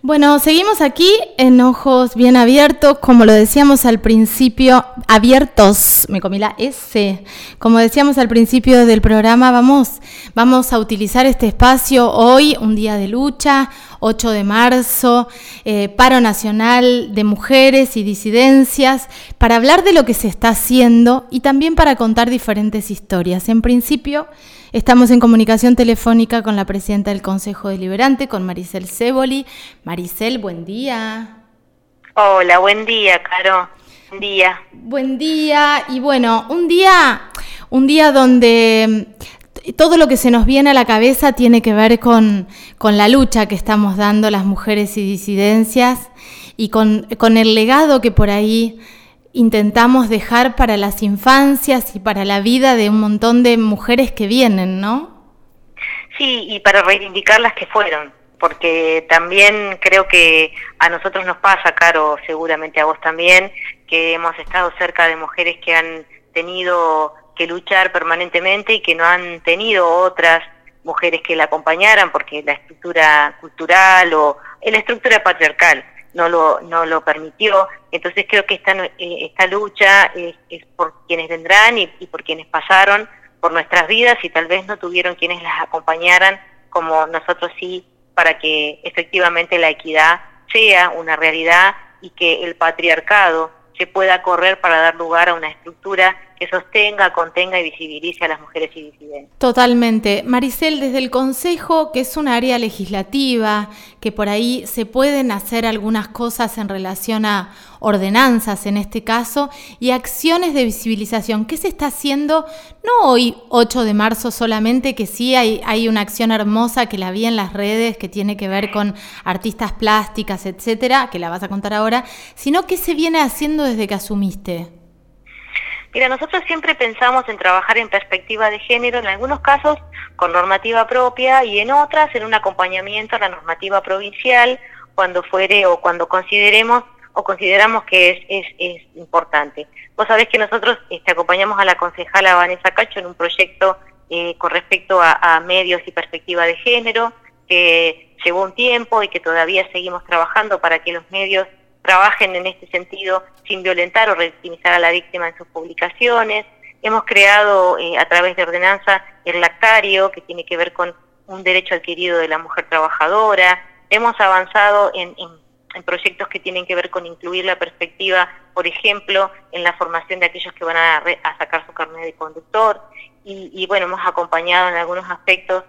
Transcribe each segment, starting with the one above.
Bueno, seguimos aquí en Ojos Bien Abiertos, como lo decíamos al principio, abiertos, me comí la S, como decíamos al principio del programa, vamos a utilizar este espacio hoy, un día de lucha, 8 de marzo, paro nacional de mujeres y disidencias, para hablar de lo que se está haciendo y también para contar diferentes historias. En principio, estamos en comunicación telefónica con la presidenta del Consejo Deliberante, con Maricel Ceboli. Maricel, buen día. Hola, buen día, Caro. Buen día. Buen día. Y bueno, un día donde todo lo que se nos viene a la cabeza tiene que ver con la lucha que estamos dando las mujeres y disidencias y con el legado que por ahí intentamos dejar para las infancias y para la vida de un montón de mujeres que vienen, ¿no? Sí, y para reivindicar las que fueron, porque también creo que a nosotros nos pasa, Caro, seguramente a vos también, que hemos estado cerca de mujeres que han tenido que luchar permanentemente y que no han tenido otras mujeres que la acompañaran porque la estructura cultural o la estructura patriarcal no lo permitió. Entonces creo que esta lucha es por quienes vendrán y por quienes pasaron por nuestras vidas y tal vez no tuvieron quienes las acompañaran como nosotros sí, para que efectivamente la equidad sea una realidad y que el patriarcado se pueda correr para dar lugar a una estructura que sostenga, contenga y visibilice a las mujeres y disidentes. Totalmente. Maricel, desde el Consejo, que es un área legislativa, que por ahí se pueden hacer algunas cosas en relación a ordenanzas en este caso, y acciones de visibilización. ¿Qué se está haciendo? No hoy, 8 de marzo solamente, que sí hay una acción hermosa que la vi en las redes, que tiene que ver con artistas plásticas, etcétera, que la vas a contar ahora, sino ¿qué se viene haciendo desde que asumiste? Mira, nosotros siempre pensamos en trabajar en perspectiva de género, en algunos casos con normativa propia y en otras en un acompañamiento a la normativa provincial cuando fuere o cuando consideramos que es importante. Vos sabés que nosotros acompañamos a la concejala Vanessa Cacho en un proyecto con respecto a medios y perspectiva de género, que llevó un tiempo y que todavía seguimos trabajando para que los medios trabajen en este sentido sin violentar o revictimizar a la víctima en sus publicaciones. Hemos creado a través de ordenanza el lactario, que tiene que ver con un derecho adquirido de la mujer trabajadora. Hemos avanzado en proyectos que tienen que ver con incluir la perspectiva, por ejemplo, en la formación de aquellos que van a sacar su carnet de conductor. Y bueno, hemos acompañado en algunos aspectos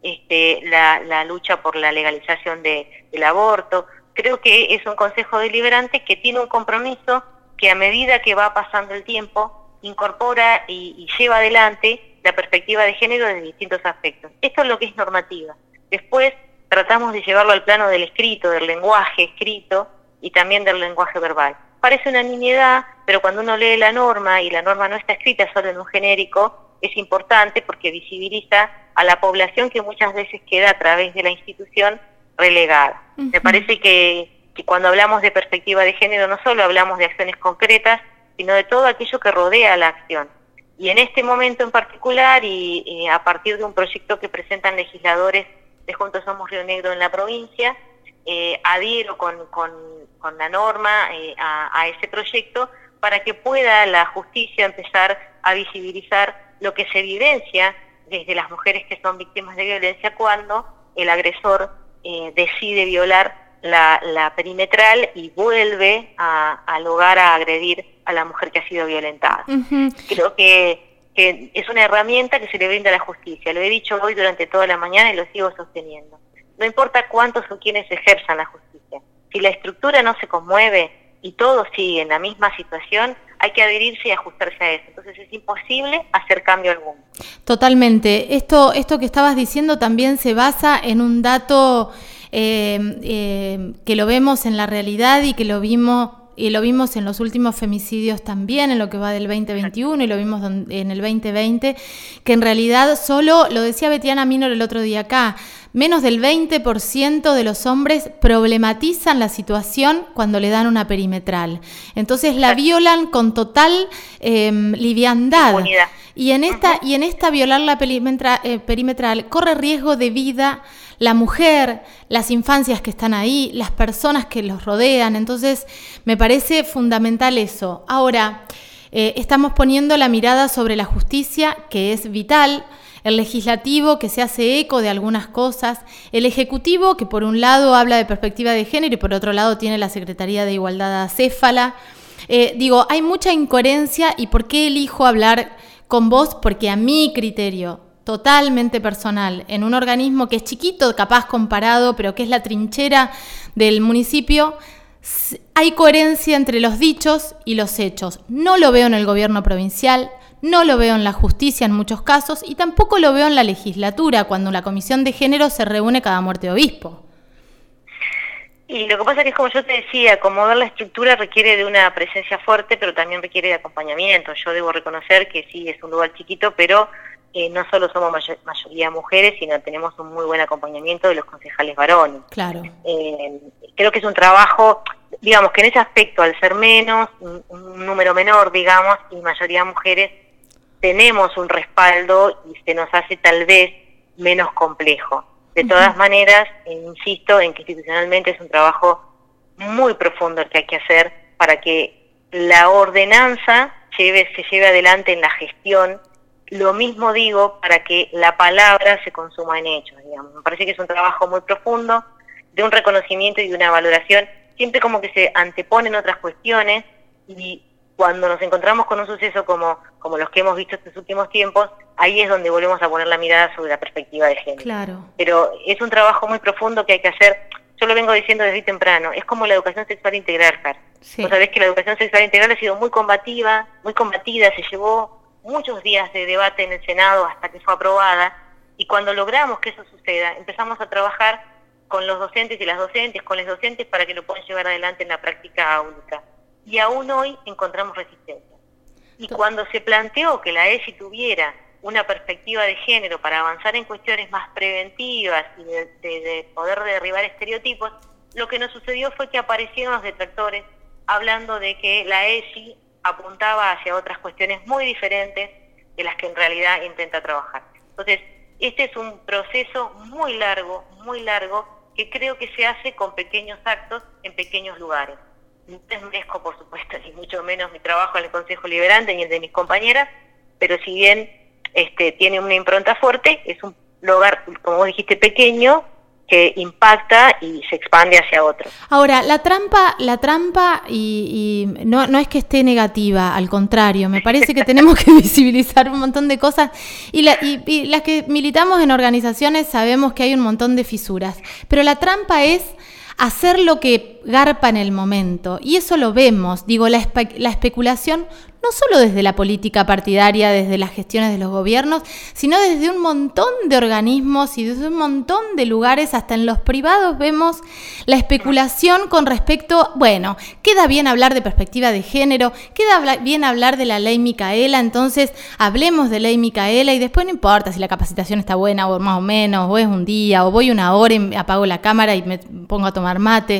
la lucha por la legalización del aborto. Creo que es un Consejo Deliberante que tiene un compromiso que a medida que va pasando el tiempo incorpora y lleva adelante la perspectiva de género desde distintos aspectos. Esto es lo que es normativa. Después tratamos de llevarlo al plano del escrito, del lenguaje escrito y también del lenguaje verbal. Parece una nimiedad, pero cuando uno lee la norma y la norma no está escrita solo en un genérico, es importante porque visibiliza a la población que muchas veces queda a través de la institución relegada. Uh-huh. Me parece que cuando hablamos de perspectiva de género no solo hablamos de acciones concretas, sino de todo aquello que rodea la acción. Y en este momento en particular, y a partir de un proyecto que presentan legisladores de Juntos Somos Río Negro en la provincia, adhiero con la norma a ese proyecto para que pueda la justicia empezar a visibilizar lo que se vivencia desde las mujeres que son víctimas de violencia cuando el agresor decide violar la perimetral y vuelve al hogar a agredir a la mujer que ha sido violentada. Uh-huh. Creo que es una herramienta que se le brinda a la justicia. Lo he dicho hoy durante toda la mañana y lo sigo sosteniendo. No importa cuántos o quiénes ejerzan la justicia. Si la estructura no se conmueve y todos siguen la misma situación, hay que adherirse y ajustarse a eso. Entonces es imposible hacer cambio alguno. Totalmente. Esto que estabas diciendo también se basa en un dato que lo vemos en la realidad y que lo vimos en los últimos femicidios también, en lo que va del 2021 y lo vimos en el 2020, que en realidad solo, lo decía Betiana Minor el otro día acá, menos del 20% de los hombres problematizan la situación cuando le dan una perimetral. Entonces la violan con total liviandad. Y en esta violar la perimetral corre riesgo de vida la mujer, las infancias que están ahí, las personas que los rodean. Entonces, me parece fundamental eso. Ahora, estamos poniendo la mirada sobre la justicia, que es vital, el legislativo, que se hace eco de algunas cosas, el ejecutivo, que por un lado habla de perspectiva de género y por otro lado tiene la Secretaría de Igualdad acéfala. Hay mucha incoherencia. ¿Y por qué elijo hablar con vos? Porque a mi criterio totalmente personal, en un organismo que es chiquito, capaz comparado, pero que es la trinchera del municipio, hay coherencia entre los dichos y los hechos. No lo veo en el gobierno provincial, no lo veo en la justicia en muchos casos y tampoco lo veo en la legislatura, cuando la Comisión de Género se reúne cada muerte de obispo. Y lo que pasa es que, como yo te decía, acomodar la estructura requiere de una presencia fuerte, pero también requiere de acompañamiento. Yo debo reconocer que sí, es un lugar chiquito, pero no solo somos mayoría mujeres, sino tenemos un muy buen acompañamiento de los concejales varones. Claro. Creo que es un trabajo, digamos, que en ese aspecto, al ser menos, un número menor, digamos, y mayoría mujeres, tenemos un respaldo y se nos hace tal vez menos complejo. De todas maneras, insisto en que institucionalmente es un trabajo muy profundo el que hay que hacer para que la ordenanza se lleve adelante en la gestión. Lo mismo digo para que la palabra se consuma en hechos, digamos. Me parece que es un trabajo muy profundo, de un reconocimiento y de una valoración, siempre como que se anteponen otras cuestiones, y cuando nos encontramos con un suceso como los que hemos visto estos últimos tiempos, ahí es donde volvemos a poner la mirada sobre la perspectiva de género. Claro. Pero es un trabajo muy profundo que hay que hacer. Yo lo vengo diciendo desde temprano, es como la educación sexual integral, Car. Sí. Vos sabés que la educación sexual integral ha sido muy combatida, se llevó muchos días de debate en el Senado hasta que fue aprobada, y cuando logramos que eso suceda, empezamos a trabajar con los docentes y las docentes, con los docentes, para que lo puedan llevar adelante en la práctica única. Y aún hoy encontramos resistencia. Y cuando se planteó que la ESI tuviera una perspectiva de género para avanzar en cuestiones más preventivas y de poder derribar estereotipos, lo que nos sucedió fue que aparecieron los detractores hablando de que la ESI apuntaba hacia otras cuestiones muy diferentes de las que en realidad intenta trabajar. Entonces, este es un proceso muy largo, que creo que se hace con pequeños actos en pequeños lugares. No desmerezco, por supuesto, ni mucho menos mi trabajo en el Consejo Liberante ni el de mis compañeras, pero si bien tiene una impronta fuerte, es un lugar, como vos dijiste, pequeño, que impacta y se expande hacia otro. Ahora, la trampa y no es que esté negativa, al contrario, me parece que tenemos que visibilizar un montón de cosas, y las que militamos en organizaciones sabemos que hay un montón de fisuras, pero la trampa es hacer lo que garpa en el momento, y eso lo vemos, la especulación no solo desde la política partidaria, desde las gestiones de los gobiernos, sino desde un montón de organismos y desde un montón de lugares, hasta en los privados vemos la especulación con respecto, bueno, queda bien hablar de perspectiva de género, queda bien hablar de la ley Micaela, entonces hablemos de ley Micaela y después no importa si la capacitación está buena o más o menos, o es un día, o voy una hora y apago la cámara y me pongo a tomar mate.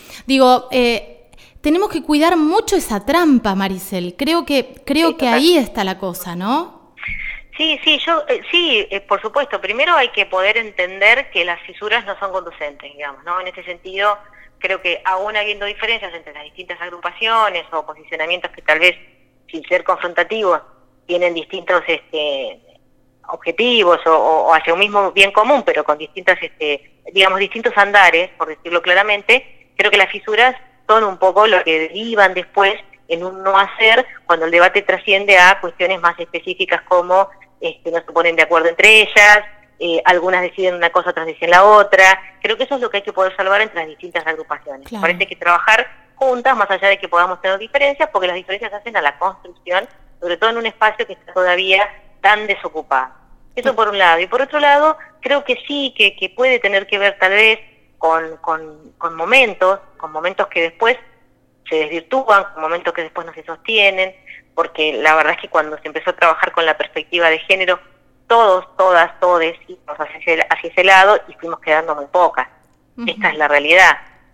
Tenemos que cuidar mucho esa trampa, Maricel. Creo que ahí está la cosa, ¿no? Sí, por supuesto. Primero hay que poder entender que las fisuras no son conducentes, digamos, ¿no? En ese sentido, creo que aún habiendo diferencias entre las distintas agrupaciones o posicionamientos que tal vez, sin ser confrontativos, tienen distintos objetivos o hacia un mismo bien común, pero con distintos andares, por decirlo claramente, creo que las fisuras son un poco lo que derivan después en un no hacer, cuando el debate trasciende a cuestiones más específicas como no se ponen de acuerdo entre ellas, algunas deciden una cosa, otras deciden la otra. Creo que eso es lo que hay que poder salvar entre las distintas agrupaciones. Claro. Parece que trabajar juntas, más allá de que podamos tener diferencias, porque las diferencias hacen a la construcción, sobre todo en un espacio que está todavía tan desocupado. Eso por un lado. Y por otro lado, creo que sí, que puede tener que ver tal vez con momentos que después se desvirtúan, con momentos que después no se sostienen, porque la verdad es que cuando se empezó a trabajar con la perspectiva de género, todos, todas, todes íbamos hacia ese lado y fuimos quedando muy pocas. Uh-huh. Esta es la realidad.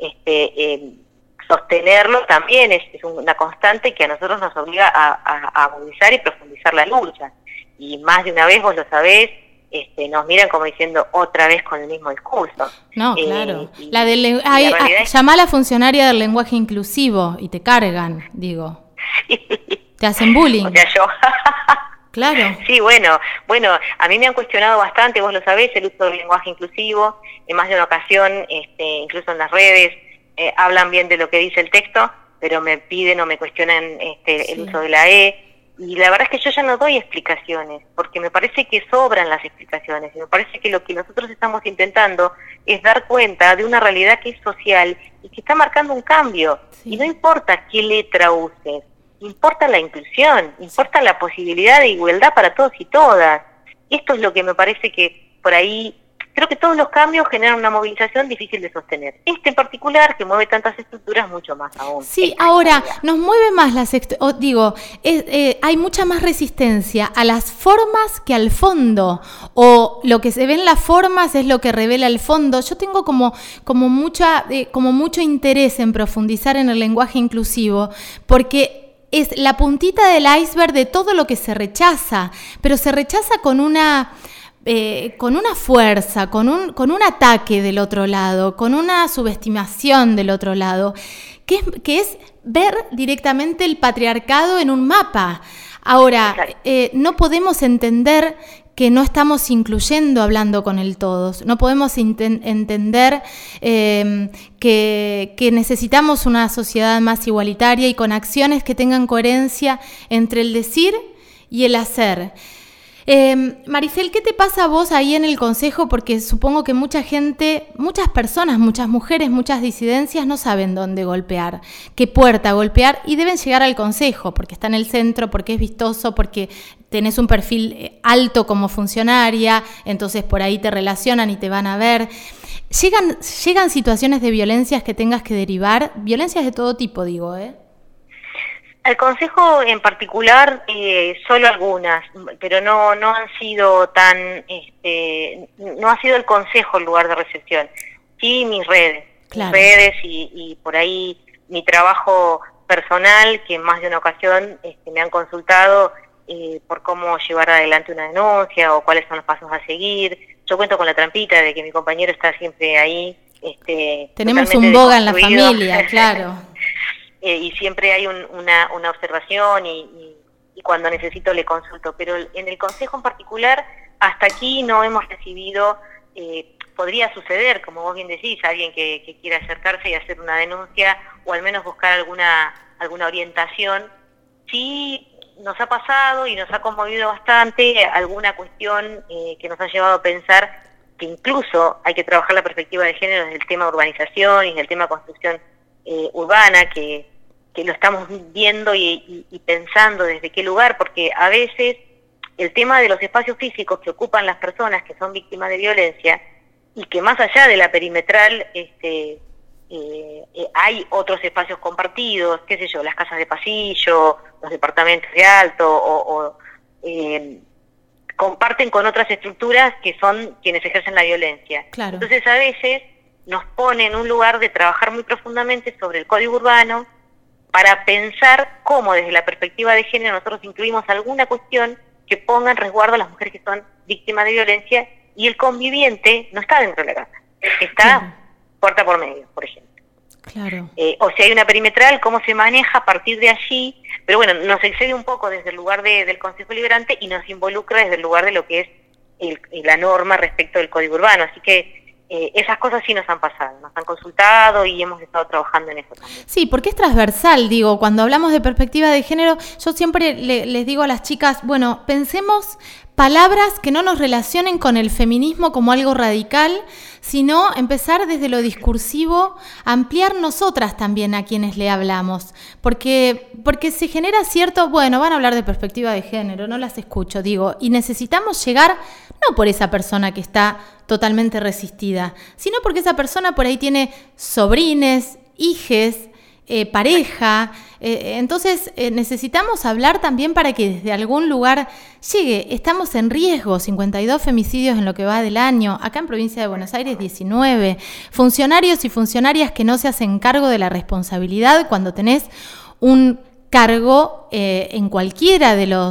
Sostenerlo también es una constante que a nosotros nos obliga a agudizar y profundizar la lucha. y más de una vez, vos lo sabés, nos miran como diciendo otra vez con el mismo discurso. No, claro. Llama a la funcionaria del lenguaje inclusivo y te cargan, digo. Te hacen bullying. O sea, yo... Claro. Sí, bueno, a mí me han cuestionado bastante, vos lo sabés, el uso del lenguaje inclusivo. En más de una ocasión, incluso en las redes, hablan bien de lo que dice el texto, pero me piden o me cuestionan el uso de la E. Y la verdad es que yo ya no doy explicaciones, porque me parece que sobran las explicaciones. Y me parece que lo que nosotros estamos intentando es dar cuenta de una realidad que es social y que está marcando un cambio. Sí. Y no importa qué letra uses, importa la inclusión, importa la posibilidad de igualdad para todos y todas. Esto es lo que me parece que por ahí, creo que todos los cambios generan una movilización difícil de sostener. En particular, que mueve tantas estructuras, mucho más aún. Sí, ahora, nos mueve más hay mucha más resistencia a las formas que al fondo, o lo que se ve en las formas es lo que revela el fondo. Yo tengo como mucho interés en profundizar en el lenguaje inclusivo, porque es la puntita del iceberg de todo lo que se rechaza, pero se rechaza con una fuerza, con un ataque del otro lado, con una subestimación del otro lado, que es ver directamente el patriarcado en un mapa. Ahora, no podemos entender que no estamos incluyendo hablando con el todos. No podemos entender que necesitamos una sociedad más igualitaria y con acciones que tengan coherencia entre el decir y el hacer. Maricel, ¿qué te pasa a vos ahí en el Consejo? Porque supongo que mucha gente, muchas personas, muchas mujeres, muchas disidencias no saben dónde golpear, qué puerta golpear, y deben llegar al Consejo porque está en el centro, porque es vistoso, porque tenés un perfil alto como funcionaria, entonces por ahí te relacionan y te van a ver. ¿Llegan situaciones de violencias que tengas que derivar? Violencias de todo tipo, digo, ¿eh? Al Consejo en particular, solo algunas, pero no han sido tan, no ha sido el Consejo el lugar de recepción, sí mis redes, claro. Mis redes y por ahí mi trabajo personal, que en más de una ocasión me han consultado por cómo llevar adelante una denuncia o cuáles son los pasos a seguir. Yo cuento con la trampita de que mi compañero está siempre ahí. Tenemos un boga en la familia, claro. Y siempre hay una observación y cuando necesito le consulto, pero en el Consejo en particular hasta aquí no hemos recibido, podría suceder, como vos bien decís, alguien que quiera acercarse y hacer una denuncia o al menos buscar alguna orientación. Sí nos ha pasado y nos ha conmovido bastante alguna cuestión que nos ha llevado a pensar que incluso hay que trabajar la perspectiva de género desde el tema urbanización y desde el tema construcción urbana, que lo estamos viendo y pensando desde qué lugar, porque a veces el tema de los espacios físicos que ocupan las personas que son víctimas de violencia y que más allá de la perimetral hay otros espacios compartidos, qué sé yo, las casas de pasillo, los departamentos de alto comparten con otras estructuras que son quienes ejercen la violencia. Claro. Entonces a veces nos pone en un lugar de trabajar muy profundamente sobre el código urbano para pensar cómo desde la perspectiva de género nosotros incluimos alguna cuestión que ponga en resguardo a las mujeres que son víctimas de violencia y el conviviente no está dentro de la casa, está puerta por medio, por ejemplo. Claro. O si hay una perimetral, cómo se maneja a partir de allí, pero bueno, nos excede un poco desde el lugar del Consejo Liberante y nos involucra desde el lugar de lo que es la norma respecto del código urbano, así que esas cosas sí nos han pasado, nos han consultado y hemos estado trabajando en eso también. Sí, porque es transversal, digo, cuando hablamos de perspectiva de género, yo siempre les digo a las chicas, bueno, pensemos palabras que no nos relacionen con el feminismo como algo radical, sino empezar desde lo discursivo, ampliar nosotras también a quienes le hablamos, porque se genera cierto, bueno, van a hablar de perspectiva de género, no las escucho, digo, y necesitamos llegar no por esa persona que está totalmente resistida, sino porque esa persona por ahí tiene sobrines, hijes, pareja, entonces necesitamos hablar también para que desde algún lugar llegue. Estamos en riesgo, 52 femicidios en lo que va del año, acá en Provincia de Buenos Aires 19, funcionarios y funcionarias que no se hacen cargo de la responsabilidad cuando tenés un cargo en cualquiera de los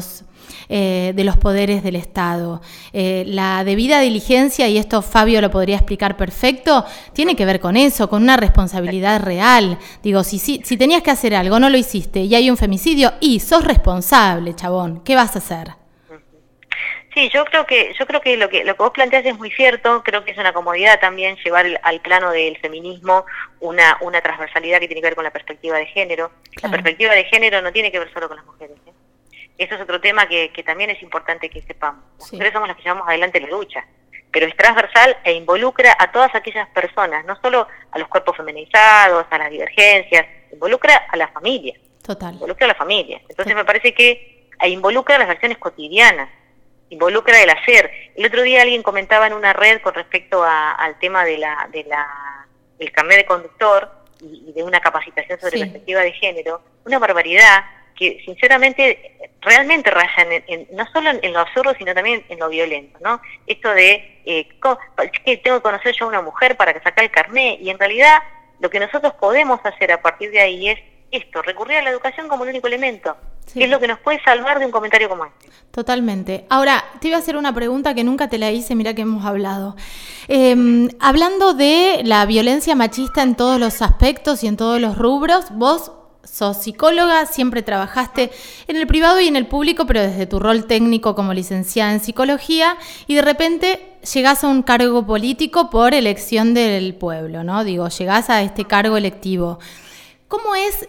de los poderes del Estado. La debida diligencia, y esto Fabio lo podría explicar perfecto, tiene que ver con eso, con una responsabilidad real. Digo, si tenías que hacer algo, no lo hiciste y hay un femicidio, y sos responsable, chabón, ¿qué vas a hacer? Sí, yo creo que lo que vos planteás es muy cierto. Creo que es una comodidad también llevar al plano del feminismo una transversalidad que tiene que ver con la perspectiva de género. Claro. La perspectiva de género no tiene que ver solo con las mujeres, ¿eh? Eso es otro tema que también es importante que sepamos. Las mujeres somos las que llevamos adelante la lucha, pero es transversal e involucra a todas aquellas personas, no solo a los cuerpos feminizados, a las divergencias, involucra a la familia. Total. Involucra a la familia. Entonces me parece que involucra las acciones cotidianas, involucra el hacer. El otro día alguien comentaba en una red con respecto al tema del carnet de conductor y de una capacitación sobre perspectiva de género, una barbaridad que sinceramente realmente raya no solo en lo absurdo, sino también en lo violento, ¿no? Esto de es que tengo que conocer yo a una mujer para que saque el carnet, y en realidad lo que nosotros podemos hacer a partir de ahí es esto, recurrir a la educación como el único elemento, que es lo que nos puede salvar de un comentario como este. Totalmente. Ahora, te iba a hacer una pregunta que nunca te la hice, mirá que hemos hablado. Hablando de la violencia machista en todos los aspectos y en todos los rubros, vos sos psicóloga, siempre trabajaste en el privado y en el público, pero desde tu rol técnico como licenciada en psicología, y de repente llegás a un cargo político por elección del pueblo, ¿no? Digo, llegás a este cargo electivo. ¿Cómo es,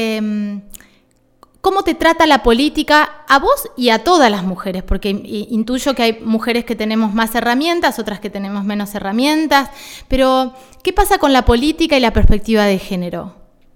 cómo te trata la política a vos y a todas las mujeres? Porque intuyo que hay mujeres que tenemos más herramientas, otras que tenemos menos herramientas, pero ¿qué pasa con la política y la perspectiva de género?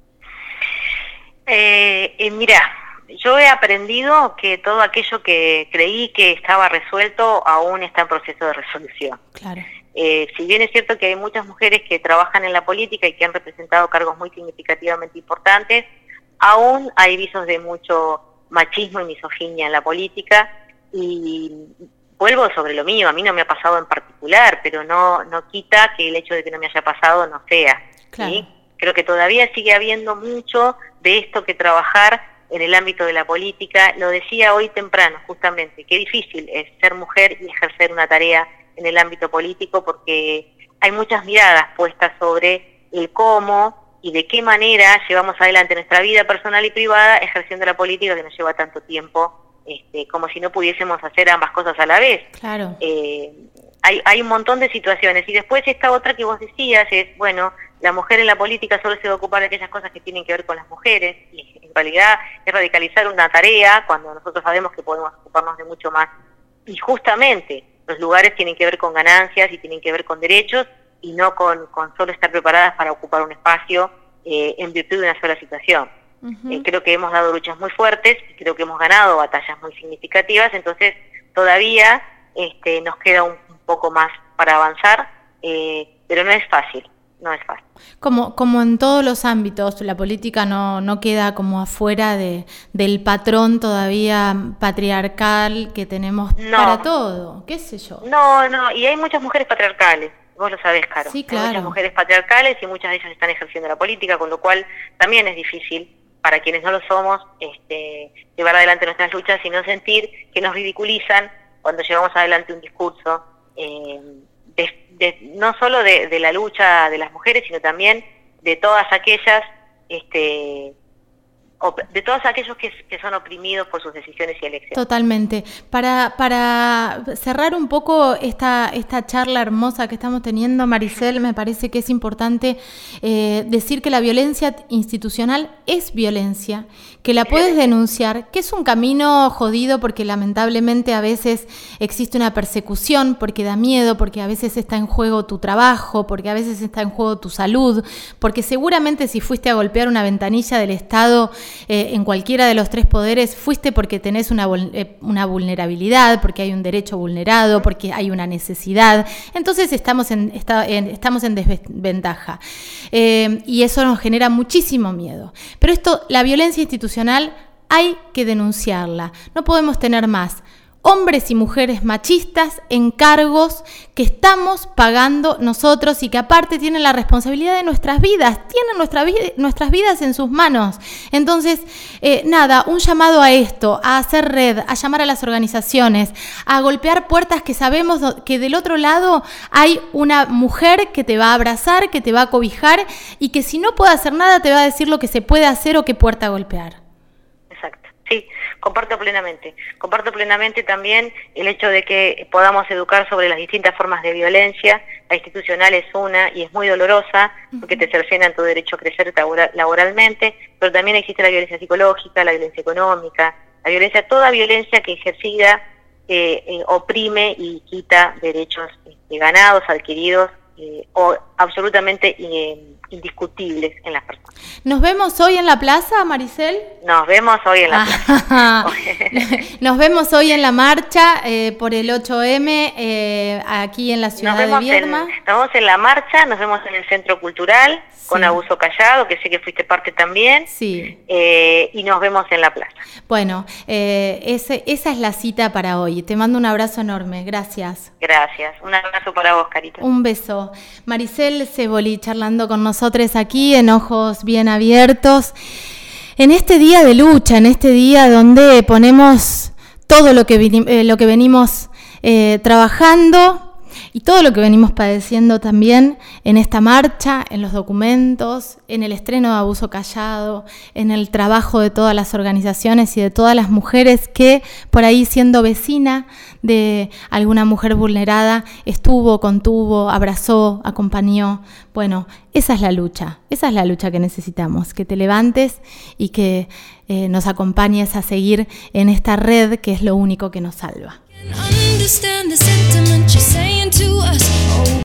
Mira, yo he aprendido que todo aquello que creí que estaba resuelto aún está en proceso de resolución. Claro. Si bien es cierto que hay muchas mujeres que trabajan en la política y que han representado cargos muy significativamente importantes, aún hay visos de mucho machismo y misoginia en la política, y vuelvo sobre lo mío, a mí no me ha pasado en particular, pero no quita que el hecho de que no me haya pasado no sea. Claro. ¿Sí? Creo que todavía sigue habiendo mucho de esto que trabajar en el ámbito de la política. Lo decía hoy temprano, justamente, qué difícil es ser mujer y ejercer una tarea en el ámbito político, porque hay muchas miradas puestas sobre el cómo y de qué manera llevamos adelante nuestra vida personal y privada ejerciendo la política, que nos lleva tanto tiempo, como si no pudiésemos hacer ambas cosas a la vez. Claro. Hay un montón de situaciones, y después esta otra que vos decías es, bueno, la mujer en la política solo se va a ocupar de aquellas cosas que tienen que ver con las mujeres, y en realidad es radicalizar una tarea cuando nosotros sabemos que podemos ocuparnos de mucho más. Y justamente los lugares tienen que ver con ganancias y tienen que ver con derechos, y no con solo estar preparadas para ocupar un espacio en virtud de una sola situación. Uh-huh. Creo que hemos dado luchas muy fuertes, y creo que hemos ganado batallas muy significativas, entonces todavía nos queda un poco más para avanzar, pero no es fácil. No es fácil. Como en todos los ámbitos, la política no queda como afuera del patrón todavía patriarcal que tenemos para todo, qué sé yo. No, y hay muchas mujeres patriarcales, vos lo sabés, Caro. Sí, claro. Hay muchas mujeres patriarcales y muchas de ellas están ejerciendo la política, con lo cual también es difícil para quienes no lo somos llevar adelante nuestras luchas y no sentir que nos ridiculizan cuando llevamos adelante un discurso no solo de la lucha de las mujeres, sino también de todas aquellas, de todos aquellos que son oprimidos por sus decisiones y elecciones. Totalmente. Para cerrar un poco esta charla hermosa que estamos teniendo, Maricel, me parece que es importante decir que la violencia institucional es violencia, que la puedes denunciar, que es un camino jodido porque lamentablemente a veces existe una persecución, porque da miedo, porque a veces está en juego tu trabajo, porque a veces está en juego tu salud, porque seguramente si fuiste a golpear una ventanilla del Estado en cualquiera de los tres poderes, fuiste porque tenés una vulnerabilidad, porque hay un derecho vulnerado, porque hay una necesidad. Entonces estamos en desventaja. Y eso nos genera muchísimo miedo. Pero la violencia institucional hay que denunciarla. No podemos tener más hombres y mujeres machistas en cargos que estamos pagando nosotros y que aparte tienen la responsabilidad de nuestras vidas, tienen nuestras vidas en sus manos. Entonces, un llamado a esto, a hacer red, a llamar a las organizaciones, a golpear puertas que sabemos que del otro lado hay una mujer que te va a abrazar, que te va a cobijar y que si no puede hacer nada te va a decir lo que se puede hacer o qué puerta golpear. Exacto, sí, comparto plenamente también el hecho de que podamos educar sobre las distintas formas de violencia. La institucional es una y es muy dolorosa porque te cercenan tu derecho a crecer laboralmente, pero también existe la violencia psicológica, la violencia económica, toda violencia que ejercida oprime y quita derechos ganados, adquiridos o absolutamente indiscutibles en las personas. ¿Nos vemos hoy en la plaza, Maricel? Nos vemos hoy en la plaza. Nos vemos hoy en la marcha por el 8M aquí en la ciudad de Viedma. Nos vemos en la marcha, nos vemos en el Centro Cultural con Abuso Callado, que sé que fuiste parte también. Sí. Y nos vemos en la plaza. Bueno, esa es la cita para hoy. Te mando un abrazo enorme. Gracias. Gracias. Un abrazo para vos, Carita. Un beso. Maricel Ceboli charlando con nosotros aquí en Ojos Bien Abiertos. En este día de lucha, en este día donde ponemos todo lo que venimos trabajando y todo lo que venimos padeciendo también en esta marcha, en los documentos, en el estreno de Abuso Callado, en el trabajo de todas las organizaciones y de todas las mujeres que por ahí, siendo vecina de alguna mujer vulnerada, estuvo, contuvo, abrazó, acompañó. Bueno, esa es la lucha que necesitamos, que te levantes y que nos acompañes a seguir en esta red que es lo único que nos salva.